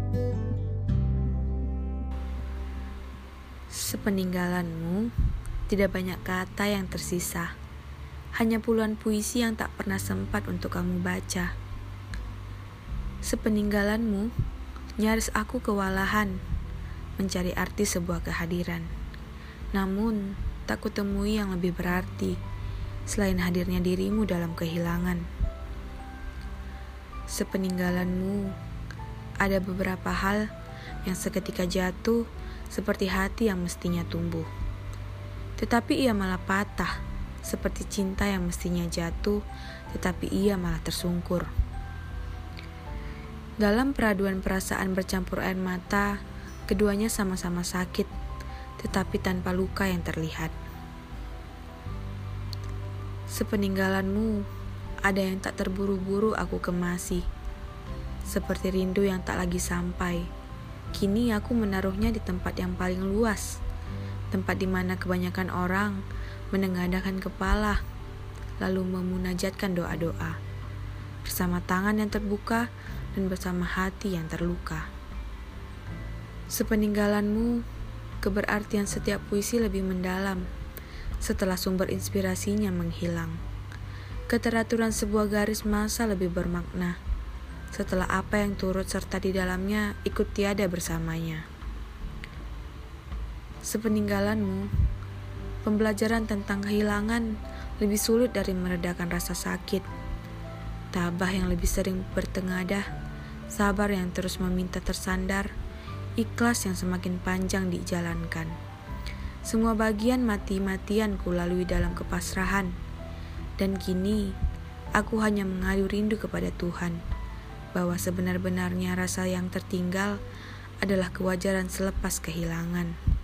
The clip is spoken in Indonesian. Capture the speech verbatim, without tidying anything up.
Sepeninggalanmu, tidak banyak kata yang tersisa. Hanya puluhan puisi yang tak pernah sempat untuk kamu baca. Sepeninggalanmu, nyaris aku kewalahan mencari arti sebuah kehadiran. Namun, tak kutemui yang lebih berarti selain hadirnya dirimu dalam kehilangan. Sepeninggalanmu, ada beberapa hal yang seketika jatuh seperti hati yang mestinya tumbuh. Tetapi ia malah patah, seperti cinta yang mestinya jatuh, tetapi ia malah tersungkur. Dalam peraduan perasaan bercampur air mata, keduanya sama-sama sakit, tetapi tanpa luka yang terlihat. Sepeninggalanmu, ada yang tak terburu-buru aku kemasi, seperti rindu yang tak lagi sampai. Kini aku menaruhnya di tempat yang paling luas, tempat di mana kebanyakan orang menengadahkan kepala, lalu memunajatkan doa-doa, bersama tangan yang terbuka dan bersama hati yang terluka. Sepeninggalanmu, keberartian setiap puisi lebih mendalam setelah sumber inspirasinya menghilang. Keteraturan sebuah garis masa lebih bermakna setelah apa yang turut serta di dalamnya ikut tiada bersamanya. Sepeninggalanmu, pembelajaran tentang kehilangan lebih sulit dari meredakan rasa sakit. Tabah yang lebih sering bertengadah, sabar yang terus meminta tersandar, ikhlas yang semakin panjang dijalankan. Semua bagian mati-matian ku lalui dalam kepasrahan, dan kini aku hanya mengadu rindu kepada Tuhan, bahwa sebenar-benarnya rasa yang tertinggal adalah kewajaran selepas kehilangan.